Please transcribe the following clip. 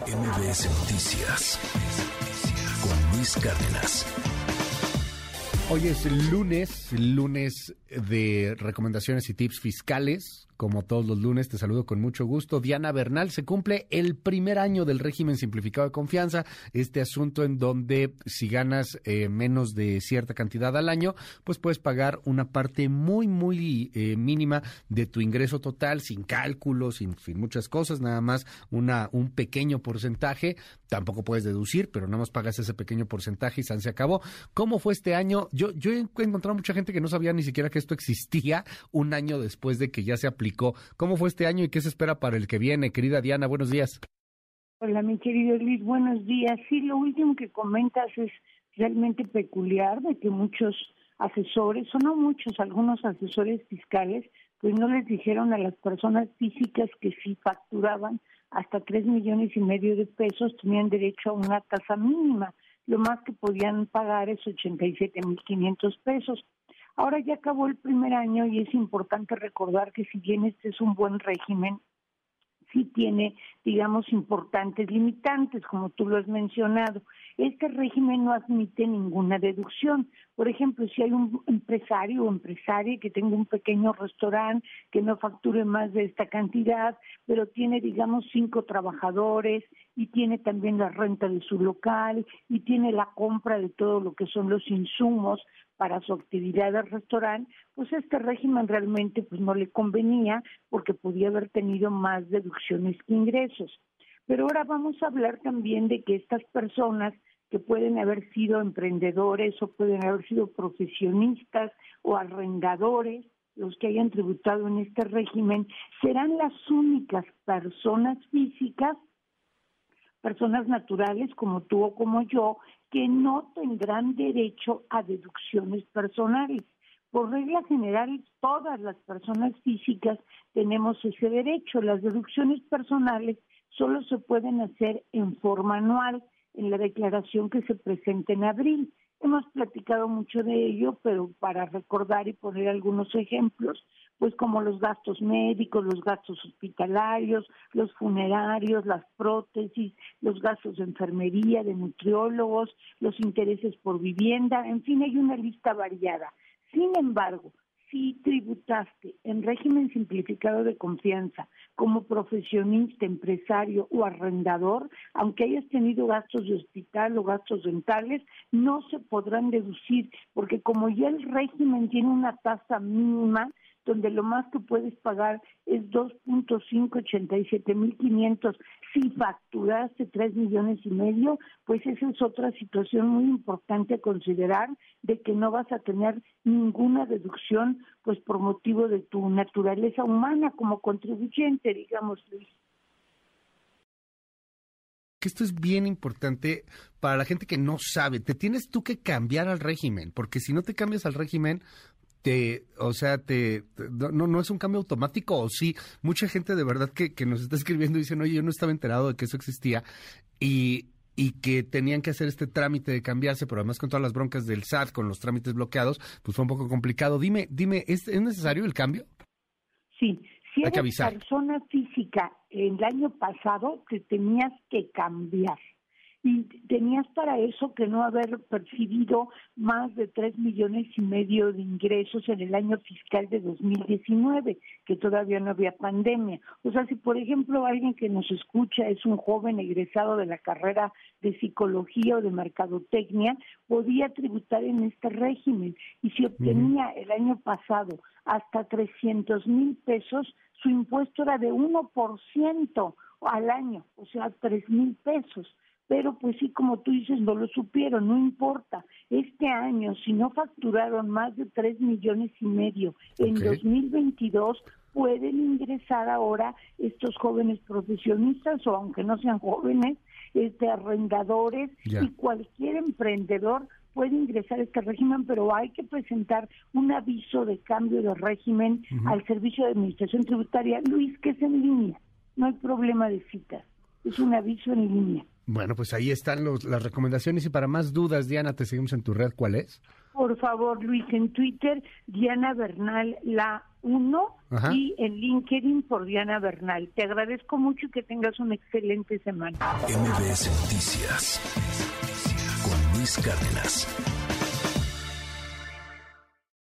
MBS Noticias con Luis Cárdenas. Hoy es lunes de recomendaciones y tips fiscales. Como todos los lunes, te saludo con mucho gusto. Diana Bernal, se cumple el primer año del régimen simplificado de confianza, este asunto en donde si ganas menos de cierta cantidad al año, pues puedes pagar una parte muy mínima de tu ingreso total, sin cálculos, sin muchas cosas, nada más un pequeño porcentaje. Tampoco puedes deducir, pero nada más pagas ese pequeño porcentaje y se acabó. ¿Cómo fue este año? Yo he encontrado mucha gente que no sabía ni siquiera que esto existía un año después de que ya se aplicó. ¿Cómo fue este año y qué se espera para el que viene? Querida Diana, buenos días. Hola, mi querido Luis, buenos días. Sí, lo último que comentas es realmente peculiar, de que muchos asesores, o no muchos, algunos asesores fiscales, pues no les dijeron a las personas físicas que si facturaban hasta 3,5 millones de pesos tenían derecho a una tasa mínima. Lo más que podían pagar es 87,500 pesos. Ahora ya acabó el primer año y es importante recordar que si bien este es un buen régimen, sí tiene, digamos, importantes limitantes, como tú lo has mencionado. Este régimen no admite ninguna deducción. Por ejemplo, si hay un empresario o empresaria que tenga un pequeño restaurante que no facture más de esta cantidad, pero tiene, digamos, 5 trabajadores y tiene también la renta de su local y tiene la compra de todo lo que son los insumos para su actividad de restaurante, pues este régimen realmente pues no le convenía porque podía haber tenido más deducciones que ingresos. Pero ahora vamos a hablar también de que estas personas que pueden haber sido emprendedores o pueden haber sido profesionistas o arrendadores, los que hayan tributado en este régimen, serán las únicas personas físicas, personas naturales como tú o como yo, que no tendrán derecho a deducciones personales. Por regla general, todas las personas físicas tenemos ese derecho. Las deducciones personales solo se pueden hacer en forma anual, en la declaración que se presenta en abril. Hemos platicado mucho de ello, pero para recordar y poner algunos ejemplos, pues como los gastos médicos, los gastos hospitalarios, los funerarios, las prótesis, los gastos de enfermería, de nutriólogos, los intereses por vivienda, en fin, hay una lista variada. Sin embargo, si tributaste en régimen simplificado de confianza como profesionista, empresario o arrendador, aunque hayas tenido gastos de hospital o gastos dentales, no se podrán deducir, porque como ya el régimen tiene una tasa mínima, donde lo más que puedes pagar es 2,587,500. Si facturaste 3,5 millones, pues esa es otra situación muy importante a considerar, de que no vas a tener ninguna deducción, pues por motivo de tu naturaleza humana como contribuyente, digamos, Luis. Que esto es bien importante para la gente que no sabe. Te tienes tú que cambiar al régimen, porque si no te cambias al régimen, no es un cambio automático, o sí, mucha gente de verdad que nos está escribiendo y dicen, oye, yo no estaba enterado de que eso existía y que tenían que hacer este trámite de cambiarse, pero además con todas las broncas del SAT, con los trámites bloqueados, pues fue un poco complicado. Dime, ¿es necesario el cambio? Sí, si Hay que eres avisar. persona física el año pasado, te tenías que cambiar. Y tenías para eso que no haber percibido más de 3,5 millones de ingresos en el año fiscal de 2019, que todavía no había pandemia. O sea, si por ejemplo alguien que nos escucha es un joven egresado de la carrera de psicología o de mercadotecnia, podía tributar en este régimen. Y si obtenía el año pasado hasta 300,000 pesos, su impuesto era de 1% al año, o sea, 3,000 pesos. Pero pues sí, como tú dices, no lo supieron, no importa. Este año, si no facturaron más de 3,5 millones en 2022, pueden ingresar ahora estos jóvenes profesionistas, o aunque no sean jóvenes, arrendadores y cualquier emprendedor puede ingresar a este régimen, pero hay que presentar un aviso de cambio de régimen al Servicio de Administración Tributaria, Luis, que es en línea, no hay problema de citas, es un aviso en línea. Bueno, pues ahí están las recomendaciones, y para más dudas, Diana, te seguimos en tu red, ¿cuál es? Por favor, Luis, en Twitter, Diana Bernal, la 1, Ajá. y en LinkedIn por Diana Bernal. Te agradezco mucho y que tengas una excelente semana. MBS Noticias con Luis Cárdenas.